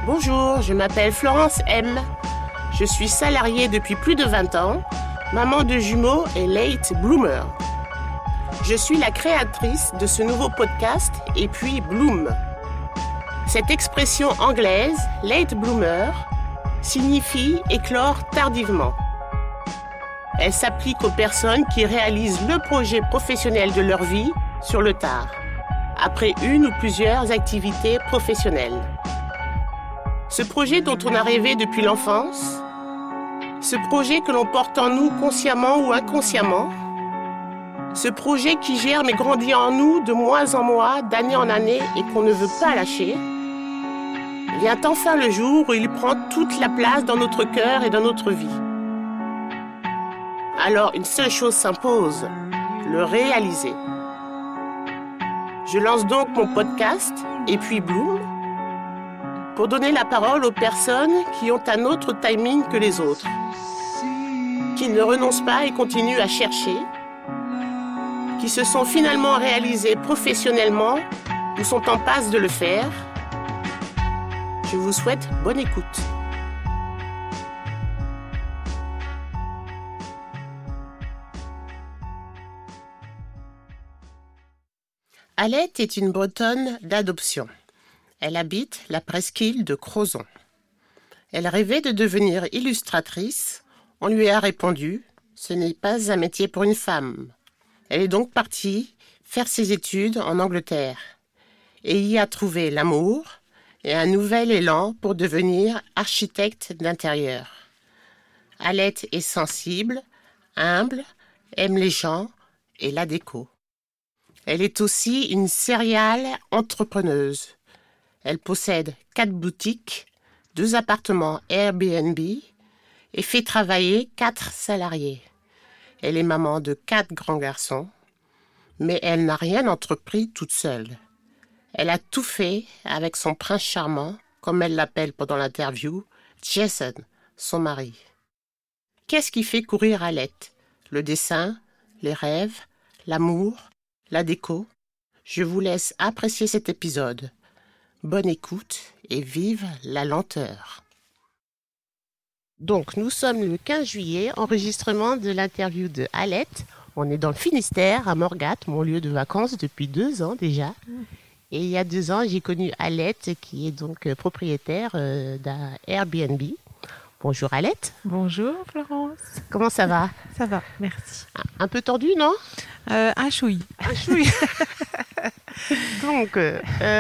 Bonjour, je m'appelle Florence M. Je suis salariée depuis plus de 20 ans, maman de jumeaux et late bloomer. Je suis la créatrice de ce nouveau podcast et puis Bloom. Cette expression anglaise, late bloomer, signifie éclore tardivement. Elle s'applique aux personnes qui réalisent le projet professionnel de leur vie sur le tard, après une ou plusieurs activités professionnelles. Ce projet dont on a rêvé depuis l'enfance, ce projet que l'on porte en nous consciemment ou inconsciemment, ce projet qui germe et grandit en nous de mois en mois, d'année en année et qu'on ne veut pas lâcher, vient enfin le jour où il prend toute la place dans notre cœur et dans notre vie. Alors une seule chose s'impose, le réaliser. Je lance donc mon podcast et puis Bloom, pour donner la parole aux personnes qui ont un autre timing que les autres, qui ne renoncent pas et continuent à chercher, qui se sont finalement réalisées professionnellement ou sont en passe de le faire. Je vous souhaite bonne écoute. Alette est une Bretonne d'adoption. Elle habite la presqu'île de Crozon. Elle rêvait de devenir illustratrice. On lui a répondu « Ce n'est pas un métier pour une femme ». Elle est donc partie faire ses études en Angleterre et y a trouvé l'amour et un nouvel élan pour devenir architecte d'intérieur. Alette est sensible, humble, aime les gens et la déco. Elle est aussi une serial entrepreneuse. Elle possède 4 boutiques, 2 appartements Airbnb et fait travailler 4 salariés. Elle est maman de 4 grands garçons, mais elle n'a rien entrepris toute seule. Elle a tout fait avec son prince charmant, comme elle l'appelle pendant l'interview, Jason, son mari. Qu'est-ce qui fait courir Alette ? Le dessin, les rêves, l'amour, la déco ? Je vous laisse apprécier cet épisode. Bonne écoute et vive la lenteur. Donc, nous sommes le 15 juillet, enregistrement de l'interview de Alette. On est dans le Finistère, à Morgat, mon lieu de vacances depuis 2 ans déjà. Et il y a 2 ans, j'ai connu Alette, qui est donc propriétaire d'un Airbnb. Bonjour Alette. Bonjour Florence. Comment ça va ? Ça va, merci. Un peu tordu, non ? Un chouille. Un chouille. Donc,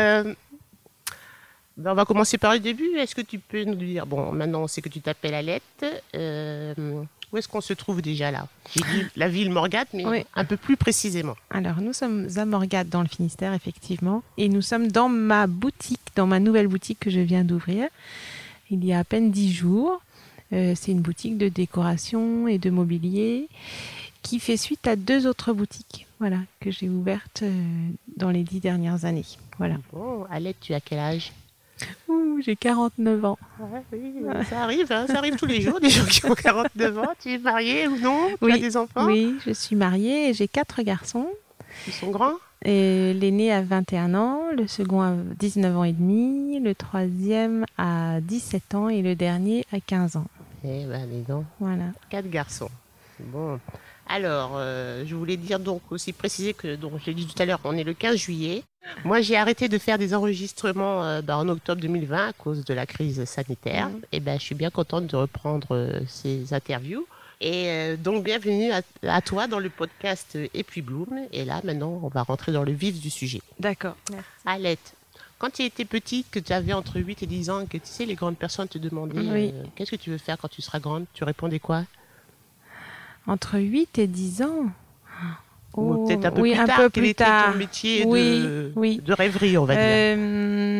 on va commencer par le début. Est-ce que tu peux nous dire, bon, maintenant on sait que tu t'appelles Alette, où est-ce qu'on se trouve déjà là ? J'ai dit la ville Morgat, mais oui, un peu plus précisément. Alors, nous sommes à Morgat dans le Finistère, effectivement, et nous sommes dans ma boutique, dans ma nouvelle boutique que je viens d'ouvrir, il y a à peine 10 jours. C'est une boutique de décoration et de mobilier qui fait suite à 2 autres boutiques, voilà, que j'ai ouvertes dans les 10 dernières années. Voilà. Bon, Alette, tu as quel âge ? J'ai 49 ans. Ouais, oui, ça arrive, hein, ça arrive tous les jours, des gens qui ont 49 ans. Tu es mariée ou non ? Tu as des enfants ? Oui, je suis mariée et j'ai 4 garçons. Ils sont grands ? Et l'aîné a 21 ans, le second a 19 ans et demi, le troisième a 17 ans et le dernier a 15 ans. Eh ben, dis donc. Voilà. 4 garçons. Bon. Alors, je voulais dire donc aussi préciser que, donc, je l'ai dit tout à l'heure, on est le 15 juillet. Moi, j'ai arrêté de faire des enregistrements en octobre 2020 à cause de la crise sanitaire. Et ben, je suis bien contente de reprendre ces interviews. Et donc, bienvenue à toi dans le podcast Et puis Bloom. Et là, maintenant, on va rentrer dans le vif du sujet. D'accord. Merci. Alette, quand tu étais petite, que tu avais entre 8 et 10 ans, que tu sais, les grandes personnes te demandaient qu'est-ce que tu veux faire quand tu seras grande ? Tu répondais quoi ? Entre 8 et 10 ans. Ou peut-être un peu plus tard. Quel était ton métier de rêverie, on va dire ?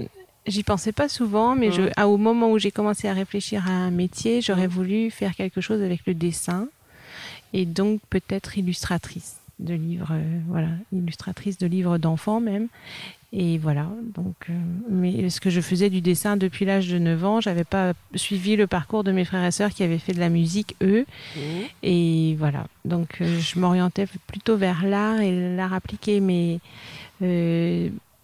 J'y pensais pas souvent, mais au moment où j'ai commencé à réfléchir à un métier, j'aurais voulu faire quelque chose avec le dessin. Et donc peut-être illustratrice de livres, illustratrice de livres d'enfants même. Et voilà, donc, mais ce que je faisais du dessin depuis l'âge de 9 ans, j'avais pas suivi le parcours de mes frères et sœurs qui avaient fait de la musique, eux. Et voilà, donc je m'orientais plutôt vers l'art et l'art appliqué, mais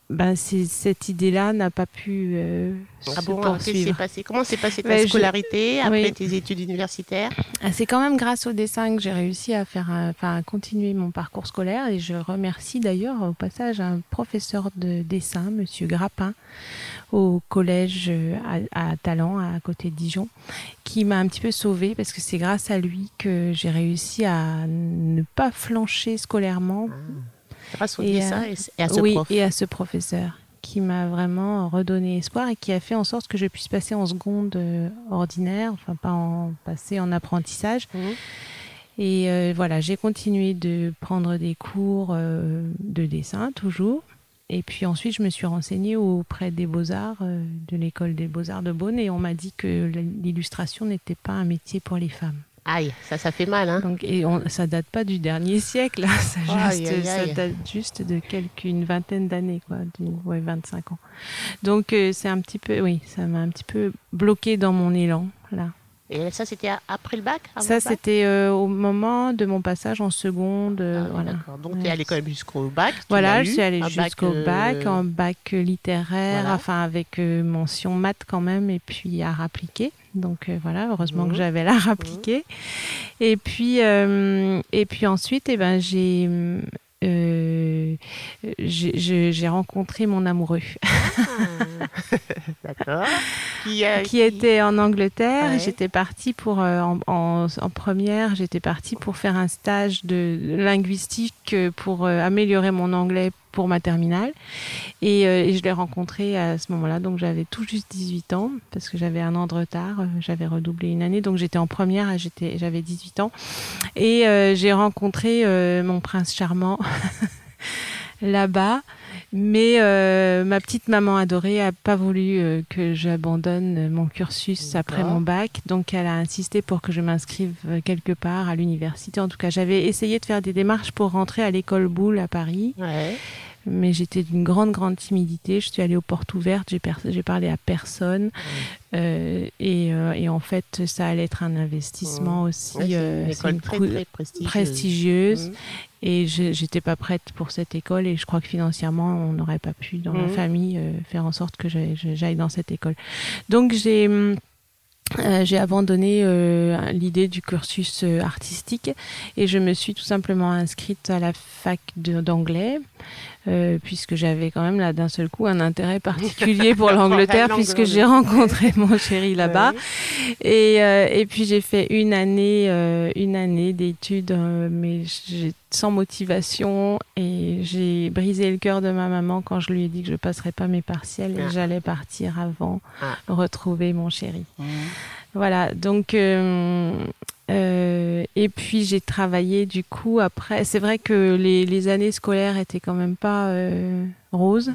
cette idée-là n'a pas pu se Qu'est-ce qui poursuivre. s'est passé? Comment s'est passée ta scolarité après tes études universitaires? C'est quand même grâce au dessin que j'ai réussi à à continuer mon parcours scolaire, et je remercie d'ailleurs au passage un professeur de dessin, Monsieur Grappin, au collège à Talent, à côté de Dijon, qui m'a un petit peu sauvée, parce que c'est grâce à lui que j'ai réussi à ne pas flancher scolairement. Grâce au dessin et à ce oui, prof. et à ce professeur qui m'a vraiment redonné espoir et qui a fait en sorte que je puisse passer en seconde ordinaire, enfin pas en passer en apprentissage. Et voilà, j'ai continué de prendre des cours de dessin toujours. Et puis ensuite, je me suis renseignée auprès des Beaux-Arts, de l'école des Beaux-Arts de Beaune, et on m'a dit que l'illustration n'était pas un métier pour les femmes. Aïe, ça fait mal, hein. Donc, ça date pas du dernier siècle, hein, ça date juste de une vingtaine d'années, quoi, 25 ans. Donc c'est un petit peu, oui, ça m'a un petit peu bloqué dans mon élan, là. Et ça, c'était après le bac? Ça, c'était au moment de mon passage en seconde. Voilà. D'accord. Donc, tu es allée quand même jusqu'au bac. Voilà, je suis allée jusqu'au bac, en bac littéraire, enfin avec mention maths quand même, et puis art appliqué. Donc voilà, heureusement que j'avais l'art appliqué. Et puis ensuite, j'ai rencontré mon amoureux. D'accord. Qui était en Angleterre. Ouais. J'étais partie pour en première, j'étais partie pour faire un stage de linguistique pour améliorer mon anglais pour ma terminale. Et je l'ai rencontré à ce moment-là, donc j'avais tout juste 18 ans, parce que j'avais un an de retard, j'avais redoublé une année, donc j'étais en première, j'avais 18 ans. Et j'ai rencontré mon prince charmant là-bas. Mais ma petite maman adorée n'a pas voulu que j'abandonne mon cursus après mon bac. Donc, elle a insisté pour que je m'inscrive quelque part à l'université. En tout cas, j'avais essayé de faire des démarches pour rentrer à l'école Boulle à Paris. Ouais. Mais j'étais d'une grande timidité. Je suis allée aux portes ouvertes, j'ai parlé à personne. Et en fait, ça allait être un investissement aussi. Ouais, c'est une école très prestigieuse. Et j'étais pas prête pour cette école, et je crois que financièrement, on n'aurait pas pu, dans ma famille, faire en sorte que j'aille dans cette école. Donc, j'ai abandonné l'idée du cursus artistique, et je me suis tout simplement inscrite à la fac d'anglais, puisque j'avais quand même là d'un seul coup un intérêt particulier pour l'Angleterre, puisque j'ai rencontré mon chéri là-bas. Ouais. Et puis j'ai fait une année d'études, mais sans motivation, et j'ai brisé le cœur de ma maman quand je lui ai dit que je ne passerais pas mes partiels et que j'allais partir avant retrouver mon chéri. Voilà, donc et puis j'ai travaillé du coup après. C'est vrai que les années scolaires étaient quand même pas roses.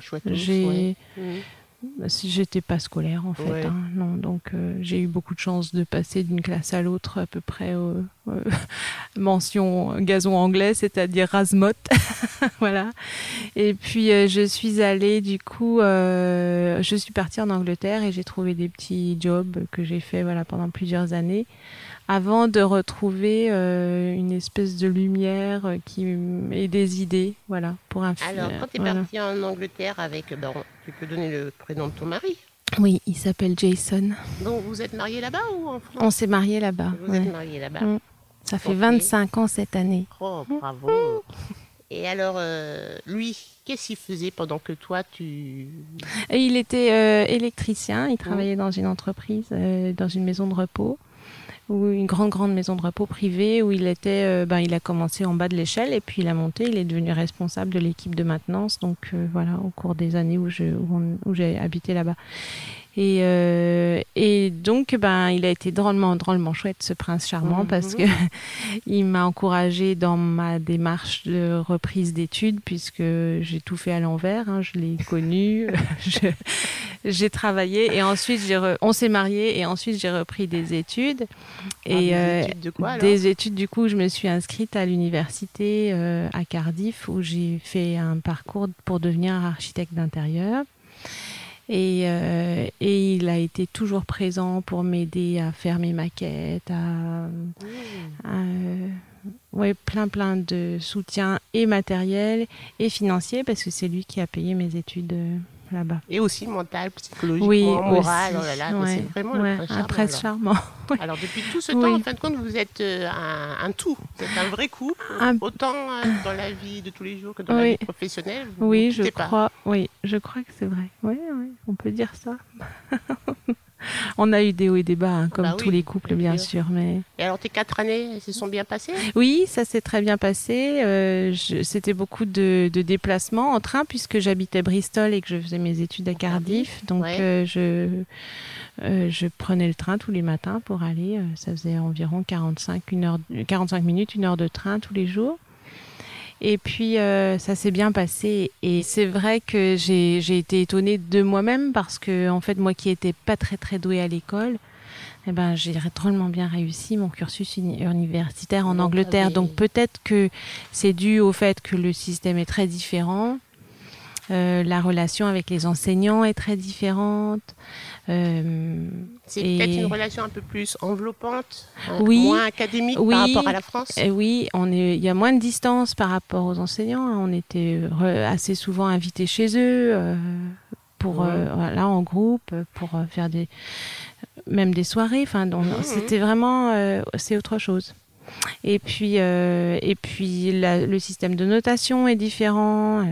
J'étais pas scolaire en fait, hein, non, donc j'ai eu beaucoup de chance de passer d'une classe à l'autre à peu près mention gazon anglais, c'est-à-dire razmotte. Voilà. Et puis je suis allée du coup, je suis partie en Angleterre et j'ai trouvé des petits jobs que j'ai fait pendant plusieurs années, avant de retrouver une espèce de lumière et des idées, pour un film. Alors, quand tu es partie en Angleterre avec, tu peux donner le prénom de ton mari? Oui, il s'appelle Jason. Donc, vous êtes mariés là-bas ou en France? On s'est mariés là-bas. Vous êtes mariés là-bas. Ça fait 25 ans cette année. Oh, bravo. Et alors, lui, qu'est-ce qu'il faisait pendant que toi, Il était électricien, il travaillait dans une entreprise, dans une maison de repos, ou une grande maison de repos privée, où il était, il a commencé en bas de l'échelle, et puis il a monté, il est devenu responsable de l'équipe de maintenance, donc au cours des années où j'ai habité là-bas. Et donc, il a été drôlement chouette, ce prince charmant, parce que il m'a encouragée dans ma démarche de reprise d'études, puisque j'ai tout fait à l'envers, hein, je l'ai connu, j'ai travaillé, et ensuite on s'est mariés, et ensuite j'ai repris des études. Et des études de quoi, alors ? Des études, du coup, je me suis inscrite à l'université à Cardiff, où j'ai fait un parcours pour devenir architecte d'intérieur. Et il a été toujours présent pour m'aider à faire mes maquettes, ouais, plein de soutien et matériel et financier, parce que c'est lui qui a payé mes études là-bas. Et aussi mental, psychologiquement, Oui, moral. aussi. Oh là là, mais Ouais, c'est vraiment ouais, le prince un charmant. prince charmant. Oui. Alors depuis tout ce Oui. temps, en fin de compte, vous êtes un tout. Vous êtes un vrai couple, autant dans la vie de tous les jours que dans la vie professionnelle. Oui, je crois. Oui, je crois que c'est vrai. Oui, on peut dire ça. On a eu des hauts et des bas, comme tous les couples, bien sûr. Mais... Et alors, tes 4 années, elles se sont bien passées ? Oui, ça s'est très bien passé. C'était beaucoup de déplacements en train, puisque j'habitais Bristol et que je faisais mes études à Cardiff. Donc, je prenais le train tous les matins pour aller. Ça faisait environ 45 minutes, 1 heure de train tous les jours. Et puis, ça s'est bien passé. Et c'est vrai que j'ai été étonnée de moi-même parce que, en fait, moi qui n'étais pas très, très douée à l'école, eh ben, j'ai drôlement bien réussi mon cursus universitaire en Angleterre. Donc, peut-être que c'est dû au fait que le système est très différent. La relation avec les enseignants est très différente. C'est peut-être une relation un peu plus enveloppante, moins académique par rapport à la France. Oui, il y a moins de distance par rapport aux enseignants. On était assez souvent invités chez eux voilà, en groupe pour faire même des soirées. Enfin, c'était vraiment c'est autre chose. Et puis le système de notation est différent.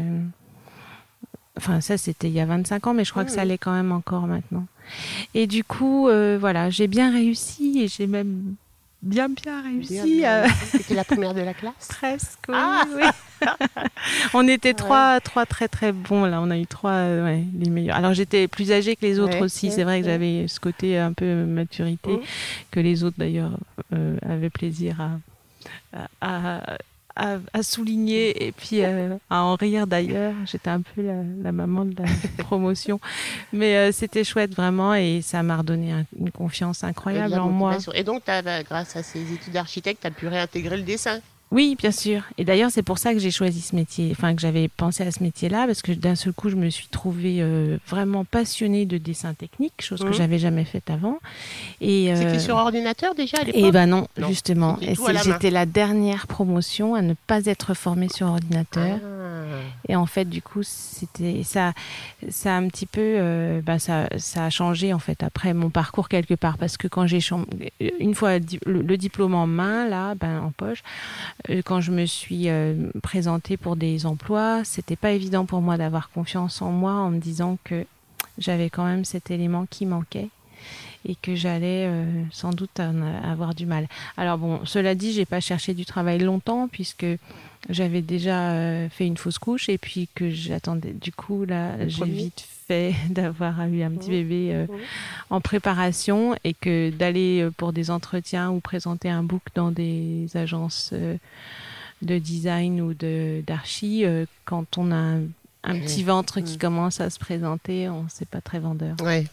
Enfin, ça, c'était il y a 25 ans, mais je crois que ça l'est quand même encore maintenant. Et du coup, voilà, j'ai bien réussi et j'ai même bien réussi. C'était la première de la classe ? Presque, oui. On était trois très très bons, là. On a eu 3 les meilleurs. Alors, j'étais plus âgée que les autres aussi. C'est vrai que j'avais ce côté un peu maturité que les autres, d'ailleurs, avaient plaisir à souligner et puis à en rire d'ailleurs. J'étais un peu la maman de la promotion. Mais c'était chouette vraiment et ça m'a redonné une confiance incroyable en moi. Et donc, grâce à ces études d'architecte, tu as pu réintégrer le dessin ? Oui, bien sûr. Et d'ailleurs, c'est pour ça que j'ai choisi ce métier, enfin que j'avais pensé à ce métier-là, parce que d'un seul coup, je me suis trouvée vraiment passionnée de dessin technique, chose que j'avais jamais faite avant. C'était sur ordinateur déjà à l'époque ? Eh ben non, justement. J'étais la dernière promotion à ne pas être formée sur ordinateur. Et en fait, du coup, ça a un petit peu, ça a changé en fait après mon parcours quelque part, parce que quand une fois le diplôme en main, là, en poche. Quand je me suis présentée pour des emplois, c'était pas évident pour moi d'avoir confiance en moi en me disant que j'avais quand même cet élément qui manquait et que j'allais sans doute avoir du mal. Alors bon, cela dit, j'ai pas cherché du travail longtemps puisque j'avais déjà fait une fausse couche et puis que j'attendais. Du coup, là, j'ai vite fait d'avoir eu un petit bébé en préparation et que d'aller pour des entretiens ou présenter un book dans des agences de design ou d'archi, quand on a un petit ventre qui commence à se présenter, c'est pas très vendeur. Ouais.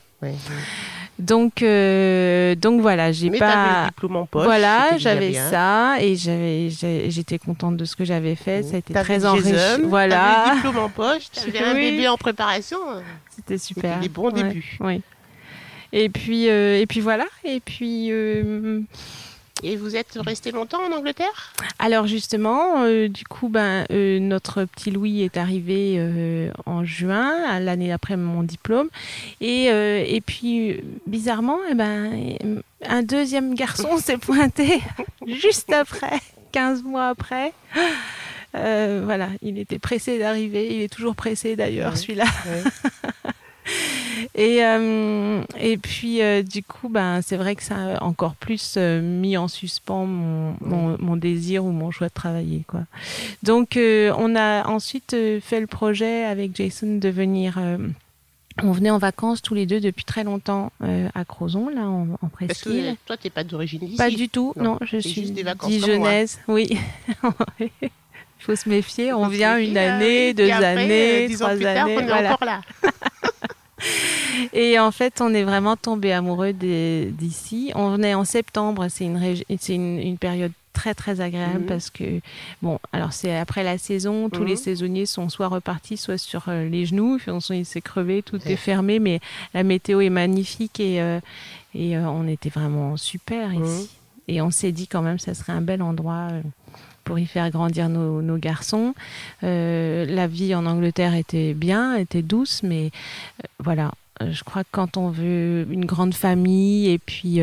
Donc voilà, j'ai t'avais le diplôme en poche. Voilà, j'avais ça et j'étais contente de ce que j'avais fait. Ça a été très enrichissant. Voilà. T'avais le diplôme en poche, t'avais un bébé en préparation. C'était super. C'était des bons débuts. Oui. Et puis voilà. Et puis. Et vous êtes resté longtemps en Angleterre ? Alors justement, du coup, notre petit Louis est arrivé en juin, l'année après mon diplôme. Et puis, bizarrement, un deuxième garçon s'est pointé juste après, 15 mois après. Voilà, il était pressé d'arriver. Il est toujours pressé d'ailleurs, celui-là. Ouais. Et puis, du coup, c'est vrai que ça a encore plus mis en suspens mon désir ou mon choix de travailler, quoi. Donc, on a ensuite fait le projet avec Jason de venir... on venait en vacances tous les deux depuis très longtemps à Crozon, là, en presqu'île. Parce que toi, tu n'es pas d'origine d'ici ? Pas du tout, non, je suis dijonnaise. Oui. Il faut se méfier, on vient une année, 2 années, 3 années. On est encore là. Et en fait, on est vraiment tombés amoureux d'ici. On venait en septembre, c'est une période très très agréable parce que, bon, alors c'est après la saison, tous les saisonniers sont soit repartis, soit sur les genoux, il s'est crevé, tout est fermé, mais la météo est magnifique et on était vraiment super ici. Et on s'est dit quand même, ça serait un bel endroit pour y faire grandir nos garçons. La vie en Angleterre était bien, était douce, mais voilà, je crois que quand on veut une grande famille et puis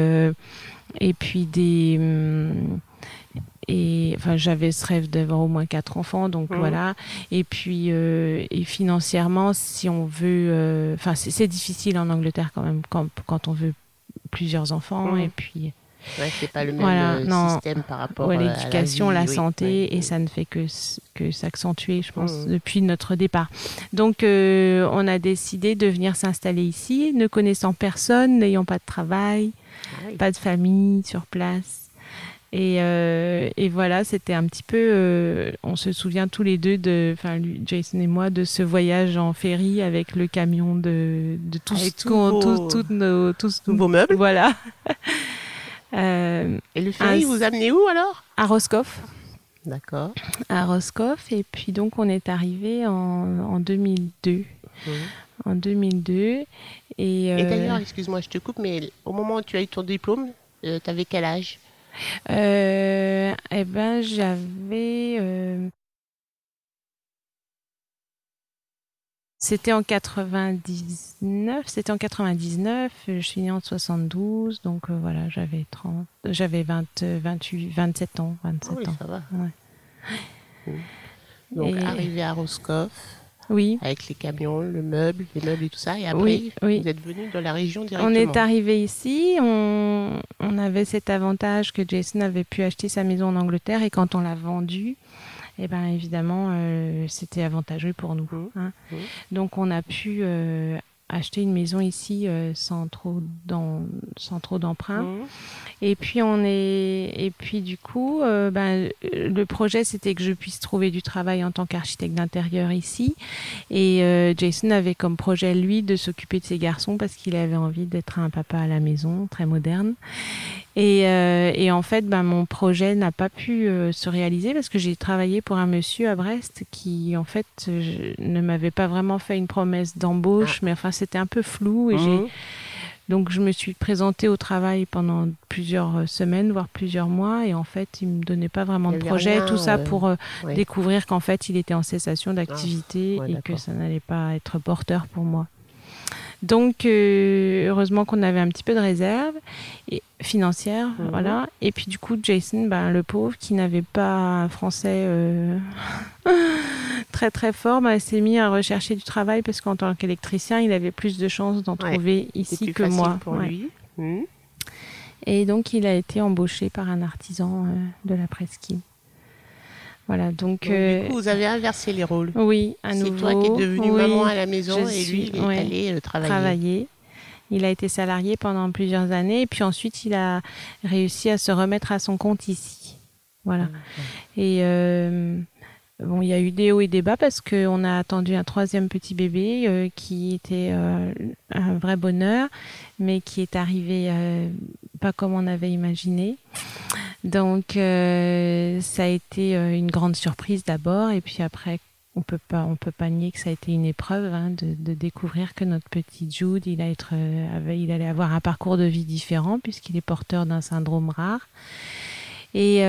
enfin, j'avais ce rêve d'avoir au moins 4 enfants, donc voilà. Et puis, et financièrement, si on veut, enfin, c'est difficile en Angleterre quand même quand on veut plusieurs enfants. Et puis, c'est pas le même système par rapport à l'éducation, la santé, et ça ne fait que s'accentuer, je pense, depuis notre départ. Donc, on a décidé de venir s'installer ici, ne connaissant personne, n'ayant pas de travail, pas de famille sur place. Et voilà, c'était un petit peu, on se souvient tous les deux, Jason et moi, de ce voyage en ferry avec le camion de tous vos meubles. Voilà. Et le ferry vous amenez où alors? À Roscoff. D'accord. À Roscoff, et puis donc on est arrivé en 2002. En 2002. Et d'ailleurs, excuse-moi, je te coupe, mais au moment où tu as eu ton diplôme, tu avais quel âge? Eh ben, j'avais... C'était en 99, je suis née en 72, donc voilà, j'avais 27 ans. Oui, ça va. Ouais. Donc, arrivé à Roscoff, avec les camions, les meubles et tout ça, et après, vous êtes venu dans la région directement. On est arrivé ici, on avait cet avantage que Jason avait pu acheter sa maison en Angleterre, et quand on l'a vendue, eh ben évidemment, c'était avantageux pour nous. Donc on a pu acheter une maison ici sans trop d'emprunt. Et puis du coup, le projet c'était que je puisse trouver du travail en tant qu'architecte d'intérieur ici. Et Jason avait comme projet lui de s'occuper de ses garçons parce qu'il avait envie d'être un papa à la maison, très moderne. Et en fait, mon projet n'a pas pu se réaliser parce que j'ai travaillé pour un monsieur à Brest qui, en fait, ne m'avait pas vraiment fait une promesse d'embauche, mais enfin, c'était un peu flou. Et donc, je me suis présentée au travail pendant plusieurs semaines, voire plusieurs mois. Et en fait, il ne me donnait pas vraiment de projet. Tout ça pour découvrir qu'en fait, il était en cessation d'activité et que ça n'allait pas être porteur pour moi. Donc, heureusement qu'on avait un petit peu de réserve financière, voilà. Et puis, du coup, Jason, le pauvre, qui n'avait pas un français très, très fort, s'est mis à rechercher du travail parce qu'en tant qu'électricien, il avait plus de chances d'en trouver ici que moi. Pour lui. Et donc, il a été embauché par un artisan de la presqu'île. Voilà, donc du coup, vous avez inversé les rôles. Oui, à nouveau. C'est toi qui es devenue maman à la maison et lui, il est allé travailler. Il a été salarié pendant plusieurs années et puis ensuite, il a réussi à se remettre à son compte ici. Voilà. Et il y a eu des hauts et des bas parce qu'on a attendu un 3e petit bébé qui était un vrai bonheur, mais qui est arrivé pas comme on avait imaginé. Donc, ça a été une grande surprise d'abord, et puis après, on peut pas nier que ça a été une épreuve de découvrir que notre petit Jude, il allait avoir un parcours de vie différent puisqu'il est porteur d'un syndrome rare. Et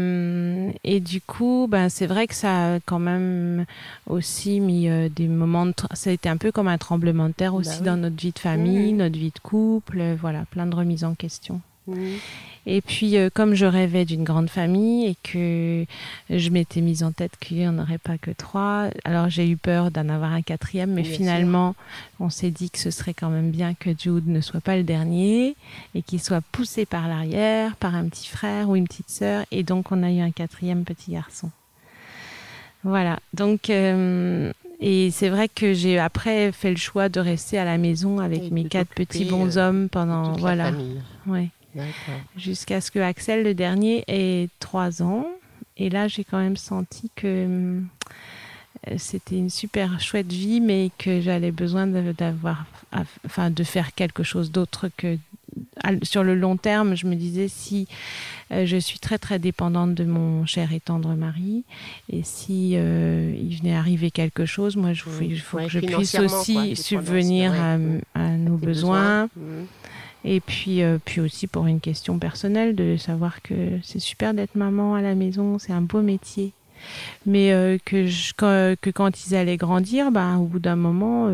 du coup, c'est vrai que ça a quand même aussi mis des moments ça a été un peu comme un tremblement de terre aussi dans notre vie de famille, notre vie de couple, voilà, plein de remises en question. Et puis, comme je rêvais d'une grande famille et que je m'étais mise en tête qu'il n'y en aurait pas que 3, alors j'ai eu peur d'en avoir un 4e, mais finalement, on s'est dit que ce serait quand même bien que Jude ne soit pas le dernier et qu'il soit poussé par l'arrière, par un petit frère ou une petite sœur. Et donc, on a eu un 4e petit garçon. Voilà. Donc, et c'est vrai que j'ai après fait le choix de rester à la maison avec mes 4 petits bonshommes pendant... toute voilà. la famille. Ouais. D'accord. Jusqu'à ce que Axel, le dernier, ait 3 ans. Et là, j'ai quand même senti que c'était une super chouette vie, mais que j'avais besoin de faire quelque chose d'autre que sur le long terme, je me disais si je suis très très dépendante de mon cher et tendre mari, et si il venait arriver quelque chose, moi il faut que je puisse aussi subvenir à nos besoins. Et puis aussi pour une question personnelle, de savoir que c'est super d'être maman à la maison, c'est un beau métier. Mais que quand ils allaient grandir, au bout d'un moment,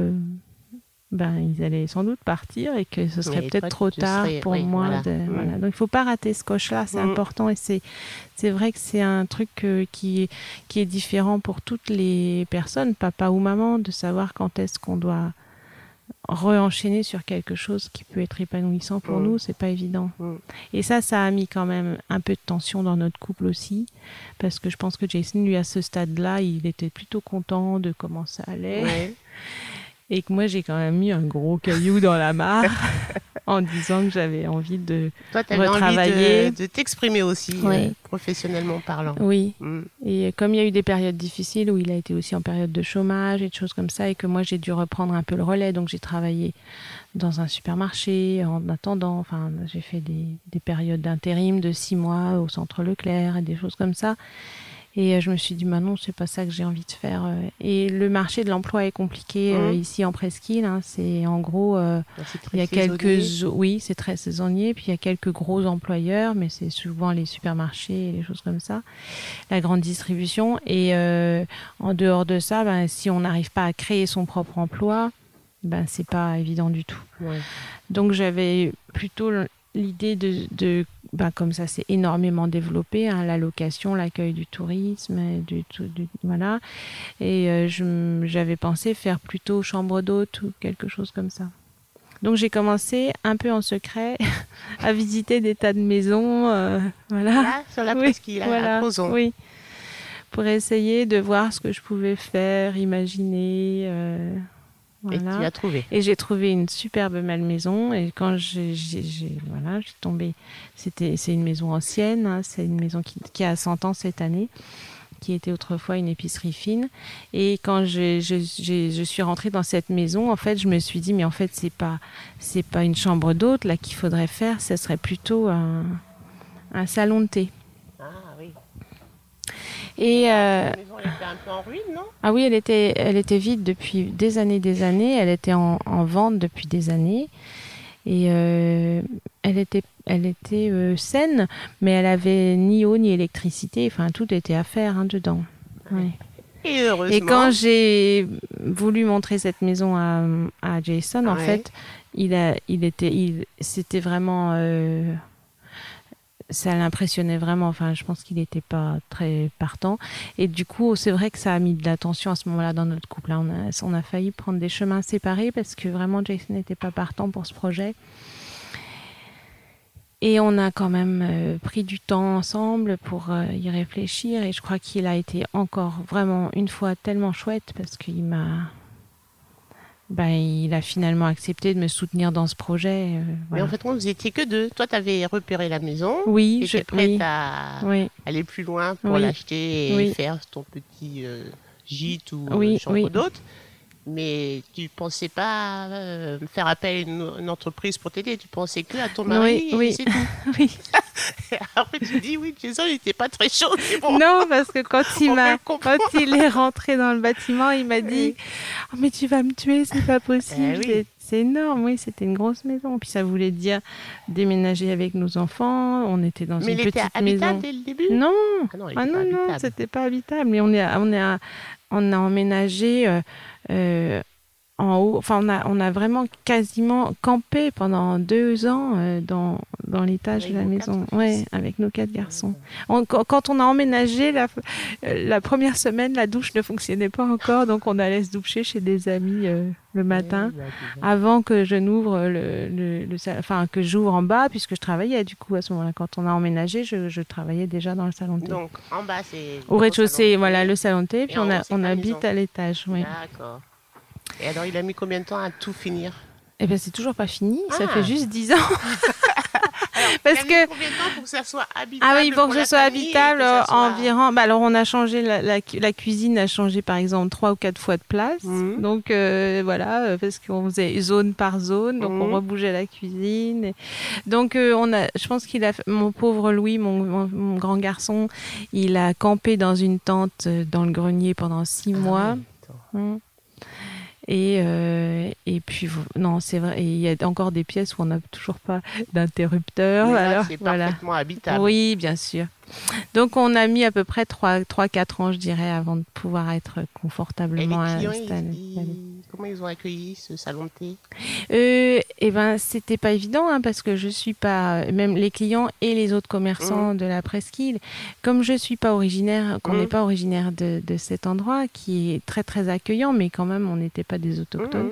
ils allaient sans doute partir et que ce serait peut-être trop tard pour moi. Voilà. Donc il ne faut pas rater ce coche-là, c'est important. Et c'est vrai que c'est un truc qui est différent pour toutes les personnes, papa ou maman, de savoir quand est-ce qu'on doit re-enchaîner sur quelque chose qui peut être épanouissant pour nous, c'est pas évident. Et ça a mis quand même un peu de tension dans notre couple aussi, parce que je pense que Jason, lui, à ce stade-là, il était plutôt content de comment ça allait. Ouais. Et que moi, j'ai quand même mis un gros caillou dans la mare en disant que j'avais envie de retravailler. Envie de t'exprimer aussi, professionnellement parlant. Oui. Et comme il y a eu des périodes difficiles où il a été aussi en période de chômage et de choses comme ça, et que moi, j'ai dû reprendre un peu le relais. Donc, j'ai travaillé dans un supermarché en attendant. Enfin, j'ai fait des périodes d'intérim de 6 mois au centre Leclerc et des choses comme ça. Et je me suis dit, non, c'est pas ça que j'ai envie de faire. Et le marché de l'emploi est compliqué ici en Presqu'île. C'est en gros, il y a c'est très saisonnier. Puis il y a quelques gros employeurs, mais c'est souvent les supermarchés et les choses comme ça, la grande distribution. Et en dehors de ça, si on n'arrive pas à créer son propre emploi, c'est pas évident du tout. Ouais. Donc j'avais plutôt l'idée de comme ça c'est énormément développé, la location, l'accueil du tourisme, voilà. Et j'avais pensé faire plutôt chambre d'hôte ou quelque chose comme ça. Donc j'ai commencé un peu en secret à visiter des tas de maisons, voilà. Là, sur la presqu'île, à Crozon. Oui, pour essayer de voir ce que je pouvais faire, imaginer. Voilà. Et tu as trouvé. Et j'ai trouvé une superbe belle maison. Et quand j'ai tombé, c'est une maison ancienne, c'est une maison qui a 100 ans cette année, qui était autrefois une épicerie fine. Et quand je suis rentrée dans cette maison, en fait, je me suis dit, mais en fait, c'est pas une chambre d'hôte là qu'il faudrait faire, ce serait plutôt un salon de thé. Ah oui. Et la maison était un peu en ruine, non ? Ah oui, elle était vide depuis des années. Elle était en vente depuis des années. Et elle était saine, mais elle avait ni eau ni électricité. Enfin, tout était à faire dedans. Ouais. Et heureusement. Et quand j'ai voulu montrer cette maison à Jason, en fait, c'était vraiment... ça l'impressionnait vraiment. Enfin, je pense qu'il n'était pas très partant. Et du coup, c'est vrai que ça a mis de la tension à ce moment-là dans notre couple. Là, on a failli prendre des chemins séparés parce que vraiment, Jason n'était pas partant pour ce projet. Et on a quand même pris du temps ensemble pour y réfléchir. Et je crois qu'il a été encore vraiment une fois tellement chouette parce qu'il a finalement accepté de me soutenir dans ce projet. Voilà. Mais en fait, vous n'étiez que deux. Toi, tu avais repéré la maison. Oui, tu étais prête à aller plus loin pour l'acheter et faire ton petit gîte ou chambre d'hôte. Mais tu ne pensais pas faire appel à une entreprise pour t'aider. Tu pensais que à ton mari et c'est tout. Oui. Après, tu dis, Jason, il n'était pas très chaud. Mais bon, non, parce que quand il est rentré dans le bâtiment, il m'a dit « Oh, mais tu vas me tuer, c'est pas possible. C'est énorme. » Oui, c'était une grosse maison. Puis ça voulait dire déménager avec nos enfants. On était dans une petite maison. Mais elle était habitable dès le début ? Non. Non, c'était pas habitable. Mais on a emménagé... en haut, enfin on a vraiment quasiment campé pendant 2 ans dans l'étage de la maison, avec nos 4 garçons. Quand on a emménagé la première semaine, la douche ne fonctionnait pas encore, donc on allait se doucher chez des amis le matin, avant que je n'ouvre que j'ouvre en bas, puisque je travaillais du coup à ce moment-là. Quand on a emménagé, je travaillais déjà dans le salon de thé. Donc en bas c'est au rez-de-chaussée, le salon de thé, puis on habite à l'étage. Oui. D'accord. Et alors, il a mis combien de temps à tout finir ? Eh bien, c'est toujours pas fini. Ça fait juste 10 ans. Parce que combien de temps pour que ça soit habitable? Ah oui, pour que ce soit habitable, environ. Alors, on a changé la cuisine a changé par exemple 3 ou 4 fois de place. Donc voilà, parce qu'on faisait zone par zone, donc on rebougeait la cuisine. Donc je pense mon pauvre Louis, mon grand garçon, il a campé dans une tente dans le grenier pendant 6 mois. Et puis non, c'est vrai, il y a encore des pièces où on n'a toujours pas d'interrupteur. Mais là, alors c'est voilà. parfaitement habitable. Oui, bien sûr. Donc on a mis à peu près 3-4 ans, je dirais, avant de pouvoir être confortablement Et les installé. Comment ils ont accueilli ce salon de thé? Eh ben, c'était pas évident, hein, parce que je suis pas, même les clients et les autres commerçants de la presqu'île, comme je suis pas originaire, qu'on n'est pas originaire de cet endroit qui est très très accueillant, mais quand même on n'était pas des autochtones.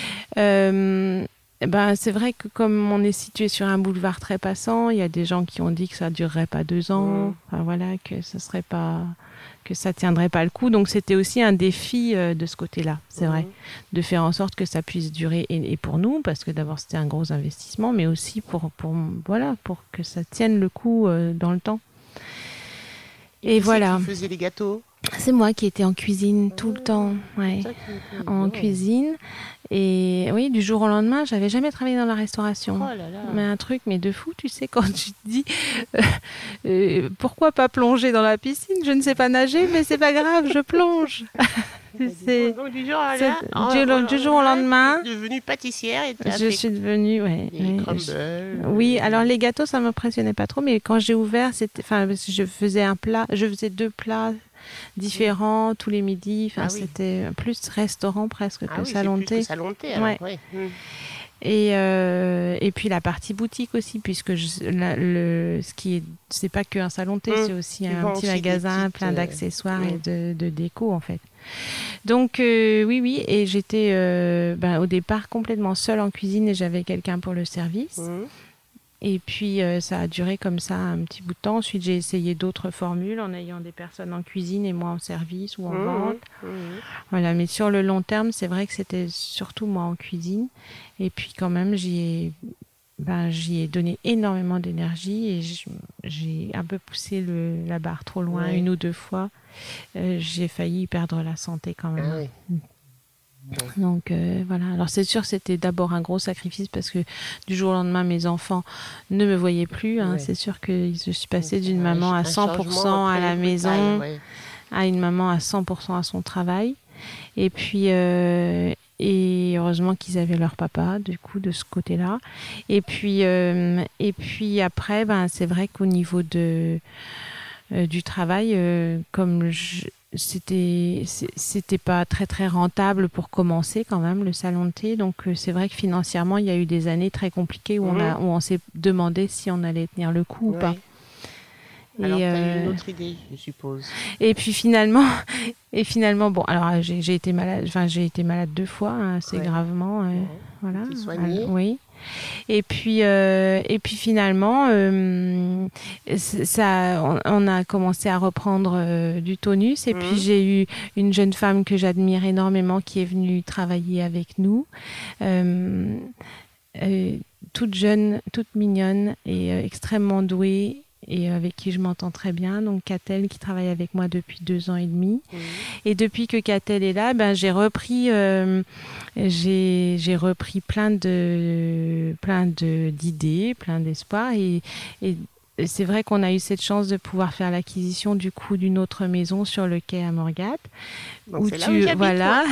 Ben, c'est vrai que comme on est situé sur un boulevard très passant, il y a des gens qui ont dit que ça durerait pas 2 ans, enfin voilà, que ça tiendrait pas le coup. Donc c'était aussi un défi de ce côté-là, c'est vrai, de faire en sorte que ça puisse durer et pour nous, parce que d'abord c'était un gros investissement, mais aussi pour que ça tienne le coup dans le temps. Et voilà. Qui faisait les gâteaux? C'est moi qui étais en cuisine tout le temps, en cuisine. Et oui, du jour au lendemain, j'avais jamais travaillé dans la restauration. Oh là là. Mais un truc, mais de fou, tu sais, quand tu te dis pourquoi pas plonger dans la piscine? Je ne sais pas nager, mais c'est pas grave, je plonge. Donc du jour au lendemain, tu es devenue pâtissière et je suis devenue, des crumbles. Oui, alors les gâteaux, ça m'impressionnait pas trop, mais quand j'ai ouvert, parce que je faisais 2 plats différents tous les midis. C'était plus restaurant presque que salon de thé. Et puis la partie boutique aussi, puisque c'est pas qu'un salon de thé, c'est aussi un petit magasin plein d'accessoires et de déco en fait. Donc oui, et j'étais au départ complètement seule en cuisine et j'avais quelqu'un pour le service. Et puis, ça a duré comme ça un petit bout de temps. Ensuite, j'ai essayé d'autres formules en ayant des personnes en cuisine et moi en service ou en vente. Voilà, mais sur le long terme, c'est vrai que c'était surtout moi en cuisine. Et puis, quand même, j'y ai donné énormément d'énergie et j'ai un peu poussé la barre trop loin 1 ou 2 fois. J'ai failli perdre la santé quand même. Donc voilà, alors c'est sûr c'était d'abord un gros sacrifice parce que du jour au lendemain mes enfants ne me voyaient plus, c'est sûr que je suis passée d'une maman à 100% à la maison à une maman à 100% à son travail et puis et heureusement qu'ils avaient leur papa du coup de ce côté-là et puis après c'est vrai qu'au niveau du travail comme c'était pas très très rentable pour commencer quand même le salon de thé, donc c'est vrai que financièrement il y a eu des années très compliquées où on s'est demandé si on allait tenir le coup ou pas. Alors tu as eu une autre idée, je suppose. Et puis finalement bon, alors j'ai été malade 2 fois assez gravement voilà. Tu t'es soignée. Oui. Et puis finalement, on a commencé à reprendre du tonus. Et puis j'ai eu une jeune femme que j'admire énormément qui est venue travailler avec nous, toute jeune, toute mignonne et extrêmement douée. Et avec qui je m'entends très bien, donc Catel qui travaille avec moi depuis 2 ans et demi. Et depuis que Catel est là, j'ai repris plein d'idées, plein d'espoir et c'est vrai qu'on a eu cette chance de pouvoir faire l'acquisition du coup d'une autre maison sur le quai à Morgat. Donc c'est là où j'habite, voilà.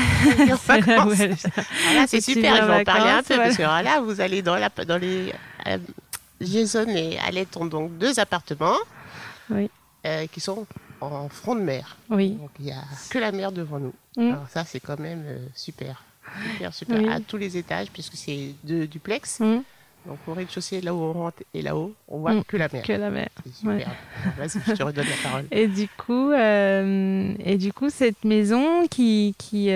C'est super, je vais en parler un peu parce que là vous allez dans les Jason et Alette ont donc 2 appartements qui sont en front de mer. Oui. Donc il n'y a que la mer devant nous. Alors ça c'est quand même super. Super. À tous les étages puisque c'est 2 duplex. Donc au rez-de-chaussée, là où on rentre et là-haut, on voit que la mer. Que la mer. C'est super. Donc, vas-y, je te redonne la parole. Et du coup, cette maison qui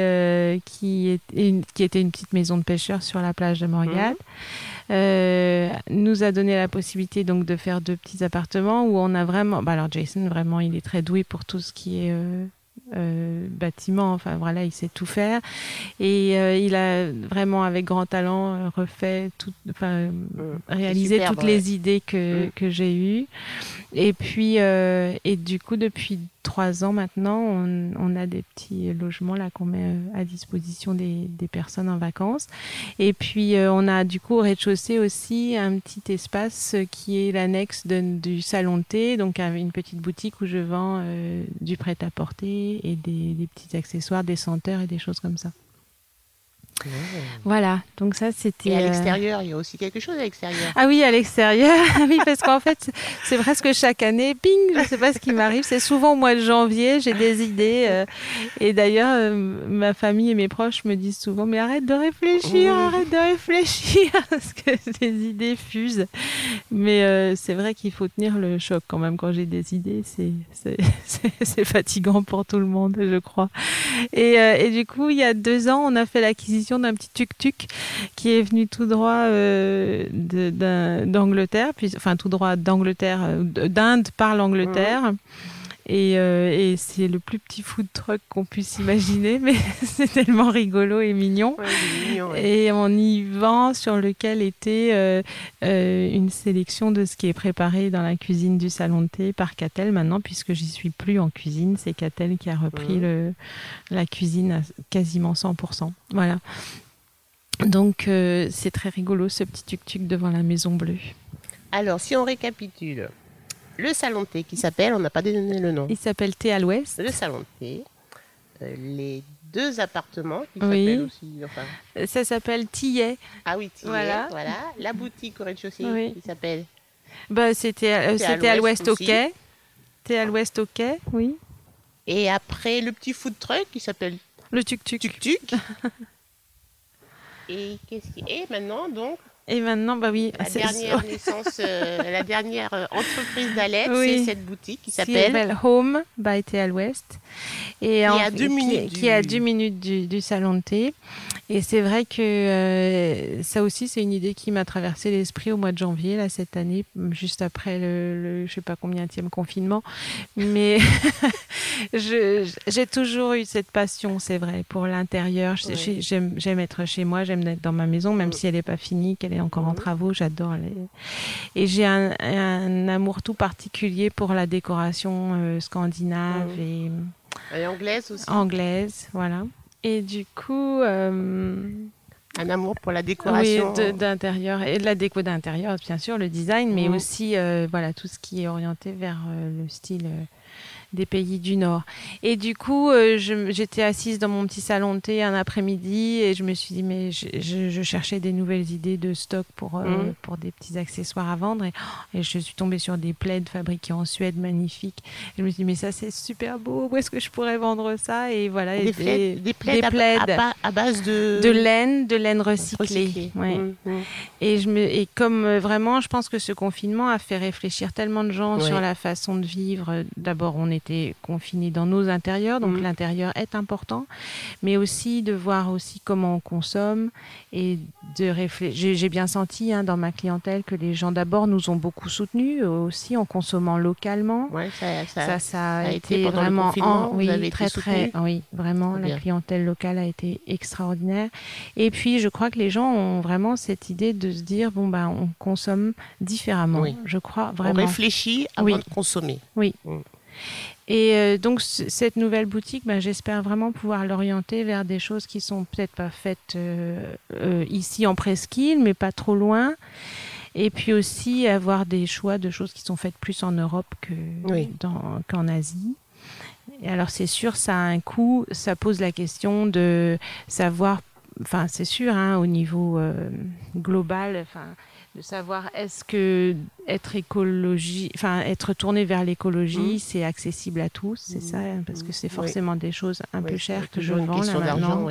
était une petite maison de pêcheurs sur la plage de Morgat, nous a donné la possibilité donc de faire 2 petits appartements où on a vraiment. Alors Jason, vraiment, il est très doué pour tout ce qui est bâtiment. Enfin voilà, il sait tout faire. Et il a vraiment, avec grand talent, réalisé superbe, toutes les idées que j'ai eues. Et puis, et du coup, depuis 3 ans maintenant, on a des petits logements là qu'on met à disposition des personnes en vacances. Et puis, on a du coup au rez-de-chaussée aussi un petit espace qui est l'annexe du salon de thé, donc une petite boutique où je vends du prêt-à-porter et des petits accessoires, des senteurs et des choses comme ça. Ouais. Voilà, donc ça c'était... Et à l'extérieur, il y a aussi quelque chose à l'extérieur. Ah oui, à l'extérieur, oui, parce qu'en fait, c'est presque chaque année, ping, je ne sais pas ce qui m'arrive, c'est souvent au mois de janvier, j'ai des idées. Et d'ailleurs, ma famille et mes proches me disent souvent, mais arrête de réfléchir, parce que les idées fusent. Mais c'est vrai qu'il faut tenir le choc quand même quand j'ai des idées, c'est fatigant pour tout le monde, je crois. Et du coup, il y a 2 ans, on a fait l'acquisition d'un petit tuk-tuk qui est venu tout droit d'Angleterre, enfin tout droit d'Inde par l'Angleterre. Et c'est le plus petit food truck qu'on puisse imaginer, mais c'est tellement rigolo et mignon. Ouais, il est mignon, ouais. Et on y vend, sur lequel était une sélection de ce qui est préparé dans la cuisine du salon de thé par Catel maintenant, puisque j'y suis plus en cuisine. C'est Catel qui a repris la cuisine à quasiment 100%. Voilà. Donc c'est très rigolo ce petit tuk-tuk devant la Maison Bleue. Alors, si on récapitule, le salon de thé qui s'appelle, on n'a pas donné le nom. Il s'appelle Thé à l'Ouest. Le salon de thé, les 2 appartements qui s'appellent aussi. Enfin... Ça s'appelle Tillet. Ah oui, Tillet, voilà. La boutique au rez-de-chaussée qui s'appelle. C'était à l'Ouest au quai. Thé à l'Ouest au quai, oui. Et après, le petit food truck qui s'appelle. Le tuk-tuk. Tuk-tuk. Et qu'est-ce qui est maintenant donc? Et maintenant, bah oui, la dernière naissance, la dernière entreprise d'Alette, c'est cette boutique qui s'appelle Home by Thé à l'Ouest, et qui est à 2 minutes du salon de thé. Et c'est vrai que ça aussi, c'est une idée qui m'a traversé l'esprit au mois de janvier là cette année, juste après le je sais pas combienième confinement, mais j'ai toujours eu cette passion, c'est vrai, pour l'intérieur. J'aime être chez moi, j'aime être dans ma maison, même si elle n'est pas finie, qu'elle est encore en travaux, j'adore. Et j'ai un amour tout particulier pour la décoration scandinave et anglaise aussi. Anglaise, voilà. Et du coup... un amour pour la décoration. Oui, d'intérieur. Et de la déco d'intérieur, bien sûr, le design, mais aussi voilà, tout ce qui est orienté vers le style des pays du Nord. Et du coup, j'étais assise dans mon petit salon de thé un après-midi et je me suis dit, mais je cherchais des nouvelles idées de stock pour des petits accessoires à vendre. Et je suis tombée sur des plaids fabriqués en Suède, magnifiques. Et je me suis dit, mais ça, c'est super beau. Où est-ce que je pourrais vendre ça? Et voilà. Des plaids à base de laine recyclée. Ouais. Et comme vraiment, je pense que ce confinement a fait réfléchir tellement de gens sur la façon de vivre. D'abord, on était confinés dans nos intérieurs, donc l'intérieur est important, mais aussi de voir aussi comment on consomme et de réfléchir. J'ai bien senti dans ma clientèle que les gens d'abord nous ont beaucoup soutenus aussi en consommant localement. Ouais, ça a été vraiment vraiment la clientèle locale a été extraordinaire. Et puis je crois que les gens ont vraiment cette idée de se dire on consomme différemment. Oui. Je crois vraiment. On réfléchit avant de consommer. Oui. Et donc cette nouvelle boutique, j'espère vraiment pouvoir l'orienter vers des choses qui sont peut-être pas faites ici en presqu'île, mais pas trop loin. Et puis aussi avoir des choix de choses qui sont faites plus en Europe qu'en Asie. Et alors c'est sûr, ça a un coût, ça pose la question de savoir, enfin c'est sûr, au niveau global, de savoir est-ce que être tourné vers l'écologie, c'est accessible à tous, c'est ça, parce que c'est forcément des choses un peu chères que je vends là maintenant.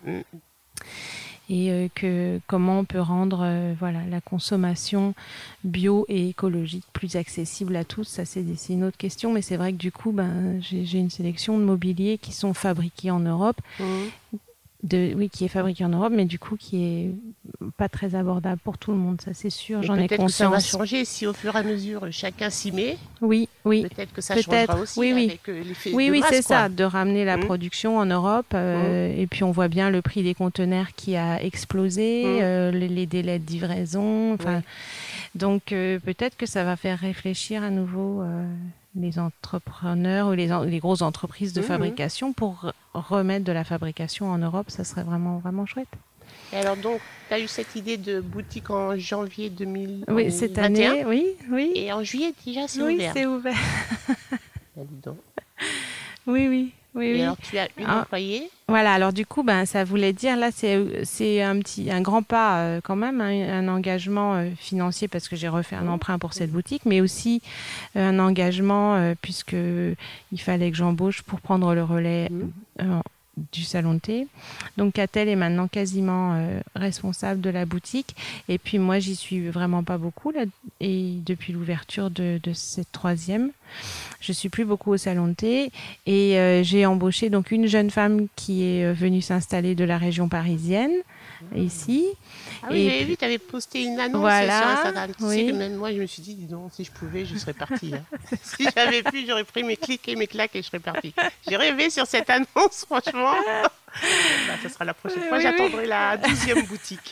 Et comment on peut rendre la consommation bio et écologique plus accessible à tous, ça c'est une autre question, mais c'est vrai que du coup j'ai une sélection de mobiliers qui sont fabriqués en Europe. Qui est fabriqué en Europe, mais du coup qui est pas très abordable pour tout le monde, ça c'est sûr, Mais j'en ai peut-être que ça va conscience. changer si au fur et à mesure chacun s'y met. Oui, oui, Peut-être que ça changera peut-être. aussi Oui, oui. avec l'effet Oui, de oui, masse, c'est quoi. ça, de ramener la Hum, production en Europe. hum, Et puis on voit bien le prix des conteneurs qui a explosé, hum. les délais de livraison. Enfin, Ouais. donc peut-être que ça va faire réfléchir à nouveau les entrepreneurs ou les grosses entreprises de Hum, hum. fabrication pour remettre de la fabrication en Europe. Ça serait vraiment, vraiment chouette. Et alors donc, tu as eu cette idée de boutique en janvier Oui, cette 2021 année, oui, oui, et en juillet déjà c'est oui, ouvert. c'est ouvert. Ah, dis donc. Oui, oui, oui, Et oui. alors tu as une Ah, employée. voilà, alors du coup, ben, ça voulait dire, là, c'est un grand pas quand même, hein, un engagement financier parce que j'ai refait un Hum, emprunt pour cette boutique, mais aussi un engagement puisque il fallait que j'embauche pour prendre le relais hum. euh, du salon de thé. Donc Catel est maintenant quasiment responsable de la boutique et puis moi j'y suis vraiment pas beaucoup là, et depuis l'ouverture de cette troisième. Je suis plus beaucoup au salon de thé et j'ai embauché donc une jeune femme qui est venue s'installer de la région parisienne ici Ah oui, et j'avais vu, puis tu avais posté une annonce sur voilà, Instagram. Tu sais que oui. même moi, je me suis dit, dis donc, si je pouvais, je serais partie, hein. Si j'avais pu, j'aurais pris mes clics et mes claques et je serais partie. J'ai rêvé sur cette annonce, franchement. Bah, ce sera la prochaine fois, Oui, oui. j'attendrai la 12e boutique.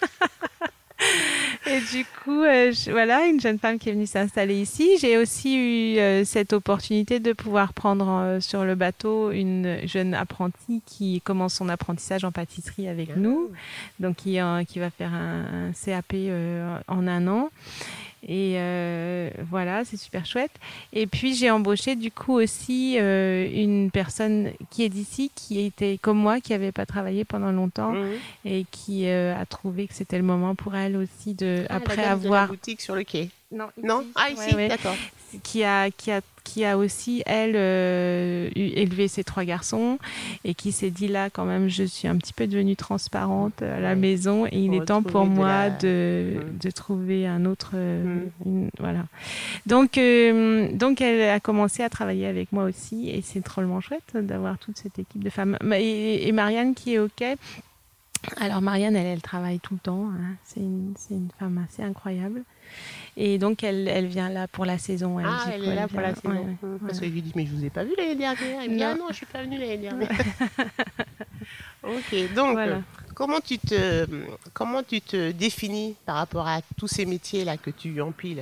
Et du coup, voilà, une jeune femme qui est venue s'installer ici. J'ai aussi eu cette opportunité de pouvoir prendre sur le bateau une jeune apprentie qui commence son apprentissage en pâtisserie avec nous, Ah, donc qui va faire un CAP en un an. Et voilà, c'est super chouette. Et puis j'ai embauché du coup aussi une personne qui est d'ici, qui était comme moi, qui n'avait pas travaillé pendant longtemps mhm. et qui a trouvé que c'était le moment pour elle aussi de, Ah, la après dame de la avoir boutique sur le quai. non, Non? ici. Ah, Ouais, ici, ouais. d'accord. Qui a aussi, elle, élevé ses trois garçons et qui s'est dit là, quand même, je suis un petit peu devenue transparente à la Ouais. maison et il Pour est temps pour retrouver de moi la. de, Mhm, de trouver un autre. mhm. Voilà. Donc, elle a commencé à travailler avec moi aussi et c'est drôlement chouette d'avoir toute cette équipe de femmes. Et Marianne qui est OK. Alors, Marianne, elle travaille tout le temps, hein. C'est une femme assez incroyable. Et donc, elle vient là pour la saison, elle. Ah, Du elle coup, est elle là pour vient. la Ouais, saison. ouais, Parce voilà. que je lui dis, mais je vous ai pas vu l'année dernière. Elle me dit, ah Non, non, je suis pas venue l'année dernière. Ok, donc, voilà. comment tu te définis par rapport à tous ces métiers-là que tu empiles?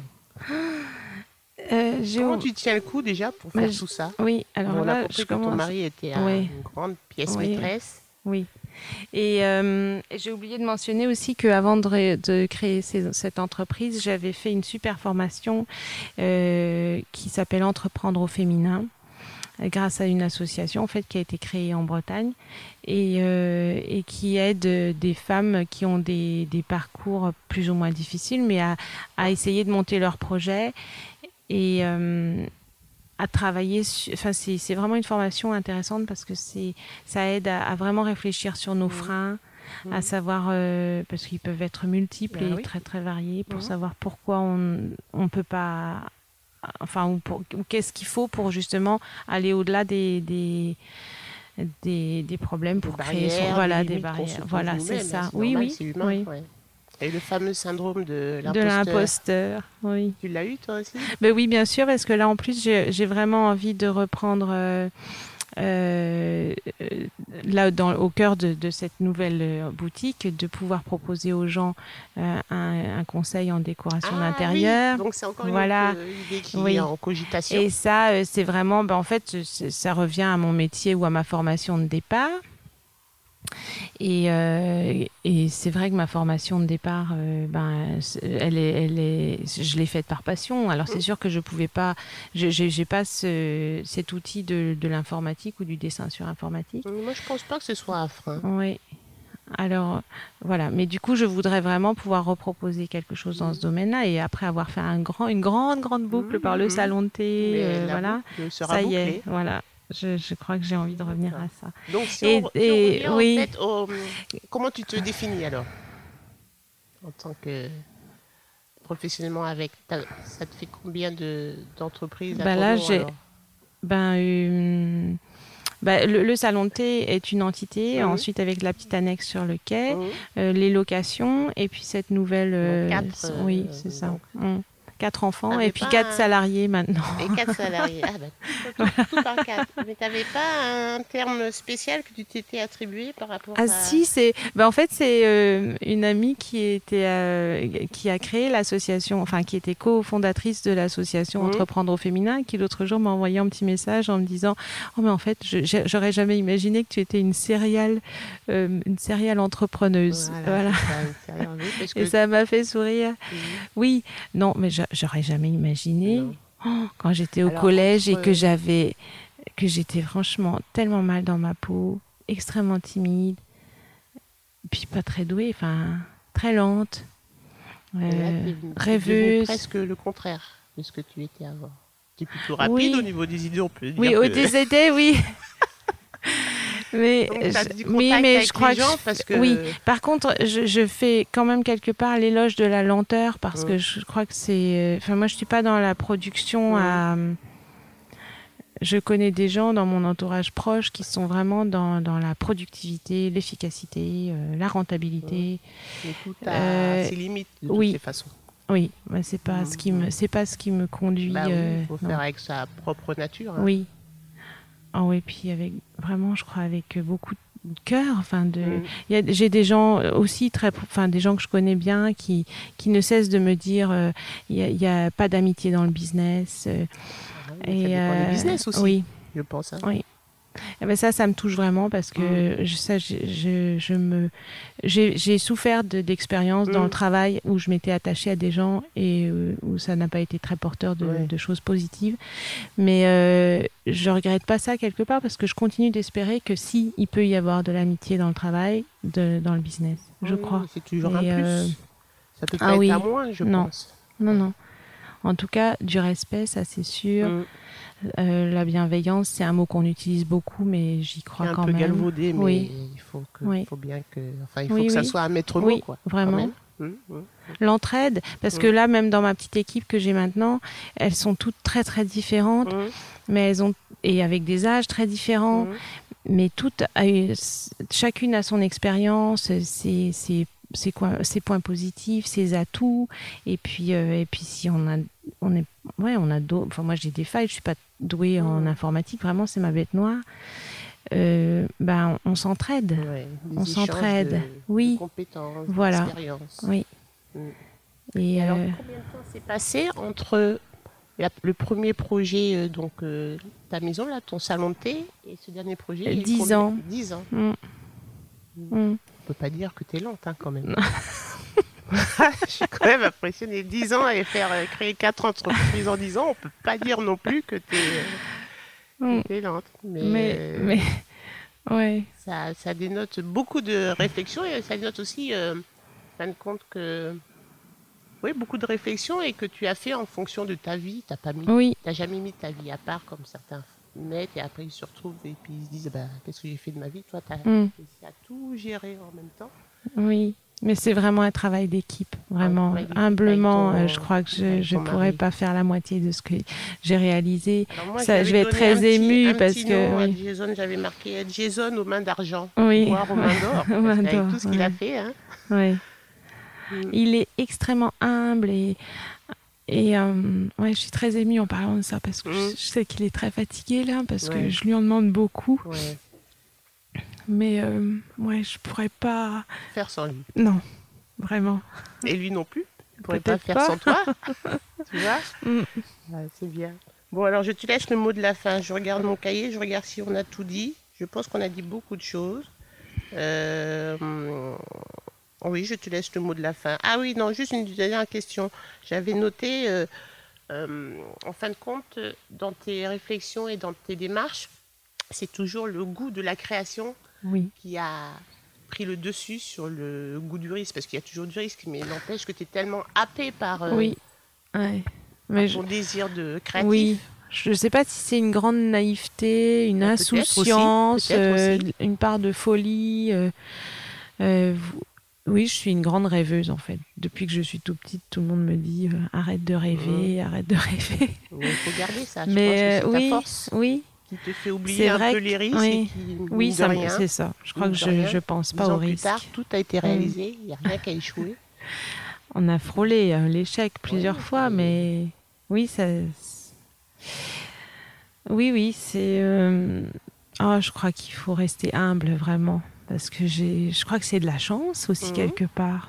J'ai. Comment tu tiens le coup déjà pour Bah, faire tout ça? oui, Bon, alors on a là, je compris que ton commence. mari était Oui, une grande pièce oui, maîtresse. oui. Et j'ai oublié de mentionner aussi qu'avant de créer cette entreprise, j'avais fait une super formation qui s'appelle Entreprendre au féminin, grâce à une association en fait qui a été créée en Bretagne et qui aide des femmes qui ont des parcours plus ou moins difficiles, mais à essayer de monter leur projet et à travailler. Enfin, c'est vraiment une formation intéressante parce que ça aide à vraiment réfléchir sur nos Mhm, freins, à mhm. savoir, parce qu'ils peuvent être multiples Ah et oui. très très variés, pour Mhm. savoir pourquoi on peut pas, enfin, ou qu'est-ce qu'il faut pour justement aller au-delà des problèmes Des pour créer son, barrières, des voilà, des limites qu'on se barrières. pose Voilà, c'est nous-mêmes, hein, ça. c'est Oui, normal, oui, c'est humain. oui. Ouais. Et le fameux syndrome de De l'imposteur, l'imposteur, oui. tu l'as eu toi aussi? Ben oui, bien sûr, parce que là, en plus, j'ai vraiment envie de reprendre euh, là au cœur de cette nouvelle boutique, de pouvoir proposer aux gens un conseil en décoration Ah oui, d'intérieur. donc c'est encore une autre Voilà, idée qui est oui. en cogitation. Et ça, c'est vraiment, ben, en fait, ça revient à mon métier ou à ma formation de départ. Et c'est vrai que ma formation de départ, ben, je l'ai faite par passion. Alors c'est sûr que je pouvais pas, j'ai pas cet outil de l'informatique ou du dessin sur informatique. Moi, je pense pas que ce soit un frein. Oui. Alors voilà. Mais du coup, je voudrais vraiment pouvoir reproposer quelque chose dans ce Mhm. domaine-là. Et après avoir fait une grande boucle par le Mhm. salon de thé, Mais la voilà, boucle sera ça y est, bouclée. voilà. Je crois que j'ai envie de revenir D'accord. à ça. Donc, si on Et revient en oui. fait comment tu te définis alors en tant que professionnellement ça te fait combien d'entreprises à Ben ton là, nom alors? ben, Le salon de thé est une entité, ensuite avec la petite annexe sur le quai, les locations, et puis cette nouvelle... Donc 4, oui, c'est ça. donc. 4 enfants, T'avais et puis pas 4 salariés maintenant. Et 4 salariés. Ah tout par 4. Mais tu n'avais pas un terme spécial que tu t'étais attribué par rapport à... Si, en fait, c'est une amie qui a créé l'association, enfin, qui était cofondatrice de l'association Entreprendre au féminin, qui l'autre jour m'a envoyé un petit message en me disant « Oh, mais en fait, j'aurais jamais imaginé que tu étais une serial entrepreneuse. » Voilà. Et ça m'a fait sourire. Oui, non, mais j'aurais jamais imaginé. Quand j'étais au collège et que j'étais franchement tellement mal dans ma peau, extrêmement timide, puis pas très douée, enfin très lente, rêveuse. Presque le contraire de ce que tu étais avant. Tu es plutôt rapide au niveau des idées, on peut dire. Oui, des idées, oui. Mais je crois que oui. Par contre, je fais quand même quelque part l'éloge de la lenteur parce que je crois que c'est. Enfin, moi, je suis pas dans la production Je connais des gens dans mon entourage proche qui sont vraiment dans la productivité, l'efficacité, la rentabilité. Mais tout a ses limites de toutes les façons. Oui, mais c'est pas ce qui me conduit. Il faut faire avec sa propre nature. Hein. Oui. Oh oui, puis vraiment, je crois, avec beaucoup de cœur. Enfin, j'ai des gens aussi des gens que je connais bien qui ne cessent de me dire, il y a pas d'amitié dans le business. Ça dépend des business aussi. Oui, je pense. Hein. Oui. Et ben ça me touche vraiment parce que j'ai souffert d'expériences dans le travail où je m'étais attachée à des gens et où ça n'a pas été très porteur de choses positives. Mais je regrette pas ça quelque part parce que je continue d'espérer que si il peut y avoir de l'amitié dans le travail, dans le business, je crois. C'est toujours un plus. Ça peut pas être un moins, je pense. Non. En tout cas, du respect, ça c'est sûr. La bienveillance, c'est un mot qu'on utilise beaucoup, mais j'y crois quand même. Un peu galvaudé, mais il faut bien que... Enfin, il faut que ça soit un maître mot, quoi. Vraiment. L'entraide, parce que là, même dans ma petite équipe que j'ai maintenant, elles sont toutes très, très différentes, mais et avec des âges très différents, mais chacune a son expérience, ses points positifs, ses atouts, et puis si on a enfin moi j'ai des failles, je suis pas douée en informatique, vraiment c'est ma bête noire. On s'entraide, on s'entraide, de compétences, d'expériences. Oui. Et alors combien de temps s'est passé entre le premier projet, ta maison là, ton salon de thé, et ce dernier projet? 10 ans. 10 ans. On peut pas dire que tu es lente quand même. Je suis quand même impressionnée. 10 ans et créer 4 entreprises en 10 ans, on peut pas dire non plus que tu es lente. Mais ouais. Ça dénote beaucoup de réflexion et ça dénote aussi, fin de compte que beaucoup de réflexion et que tu as fait en fonction de ta vie. T'as jamais mis ta vie à part comme certains mettent et après ils se retrouvent et puis ils se disent qu'est-ce que j'ai fait de ma vie. Toi, tu as tout géré en même temps. Oui. Mais c'est vraiment un travail d'équipe, vraiment. Humblement, je crois que je ne pourrais pas faire la moitié de ce que j'ai réalisé. Alors moi, je vais être très émue parce que... Jason, j'avais marqué Jason aux mains d'argent, voire aux mains d'or, avec tout ce qu'il a fait. Hein. Oui. Il est extrêmement humble et je suis très émue en parlant de ça parce que je sais qu'il est très fatigué là, parce que je lui en demande beaucoup. Ouais. Mais je pourrais pas faire sans lui. Non, vraiment. Et lui non plus. Il pourrait pas faire sans toi. Tu vois c'est bien. Bon, alors je te laisse le mot de la fin. Je regarde mon cahier, je regarde si on a tout dit. Je pense qu'on a dit beaucoup de choses. Oui, je te laisse le mot de la fin. Ah oui, non, juste une dernière question. J'avais noté, en fin de compte, dans tes réflexions et dans tes démarches, c'est toujours le goût de la création qui a pris le dessus sur le goût du risque, parce qu'il y a toujours du risque, mais n'empêche que tu es tellement happé par, ton désir de créatif. Oui, je ne sais pas si c'est une grande naïveté, une insouciance, aussi. Une part de folie. Oui, je suis une grande rêveuse en fait. Depuis que je suis tout petite, tout le monde me dit arrête de rêver, arrête de rêver. Il faut garder ça, je pense que c'est ta force. Oui. qui te fait oublier C'est un vrai peu les risques oui. et qui, Oui, mine de rien, c'est ça. Je crois mine que de rien, je pense 10 pas au ans plus risque. tard, tout a été réalisé, il n'y a rien qu'à échouer. On a frôlé l'échec plusieurs fois, mais oui, ça... Oui, c'est... je crois qu'il faut rester humble, vraiment. Parce que je crois que c'est de la chance aussi, quelque part.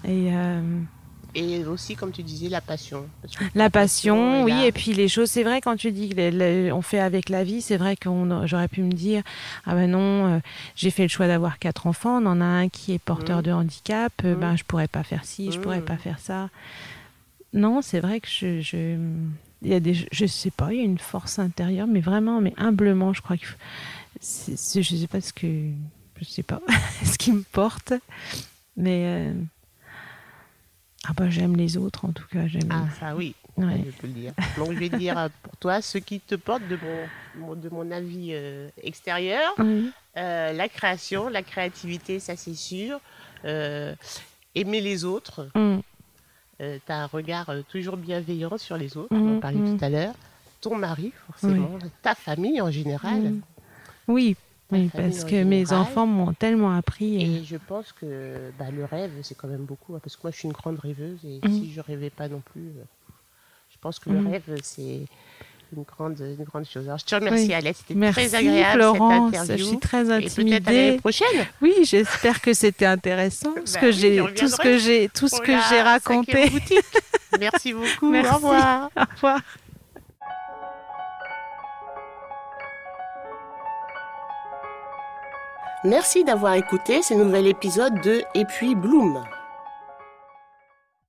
Et aussi, comme tu disais, la passion. Parce que La passion, oui, là. et puis les choses, c'est vrai, quand tu dis qu'on fait avec la vie, c'est vrai que j'aurais pu me dire, ah ben non, j'ai fait le choix d'avoir 4 enfants, on en a un qui est porteur de handicap, ben je pourrais pas faire ci, je pourrais pas faire ça. Non, c'est vrai que il y a je sais pas, il y a une force intérieure, mais vraiment, mais humblement, je crois que je sais pas je sais pas ce qui me porte, mais j'aime les autres en tout cas, j'aime. Ah ça oui, Ouais. je peux le dire. Donc je vais dire pour toi ce qui te porte de mon avis extérieur, la création, la créativité, ça c'est sûr. Aimer les autres. Tu as un regard toujours bienveillant sur les autres, on en parlait tout à l'heure. Ton mari, forcément, ta famille en général. Oui, parce que mes enfants m'ont tellement appris. Et je pense que le rêve, c'est quand même beaucoup. Parce que moi, je suis une grande rêveuse et si je rêvais pas non plus, je pense que le rêve, c'est une grande chose. Alors, je te remercie, Alette. C'était très agréable, Florence, cette interview. je suis très intimidée. Et peut-être à l'année prochaine. Oui, j'espère que c'était intéressant, tout ce que j'ai raconté. Merci beaucoup. Merci. Au revoir. Au revoir. Merci d'avoir écouté ce nouvel épisode de Et puis Bloom.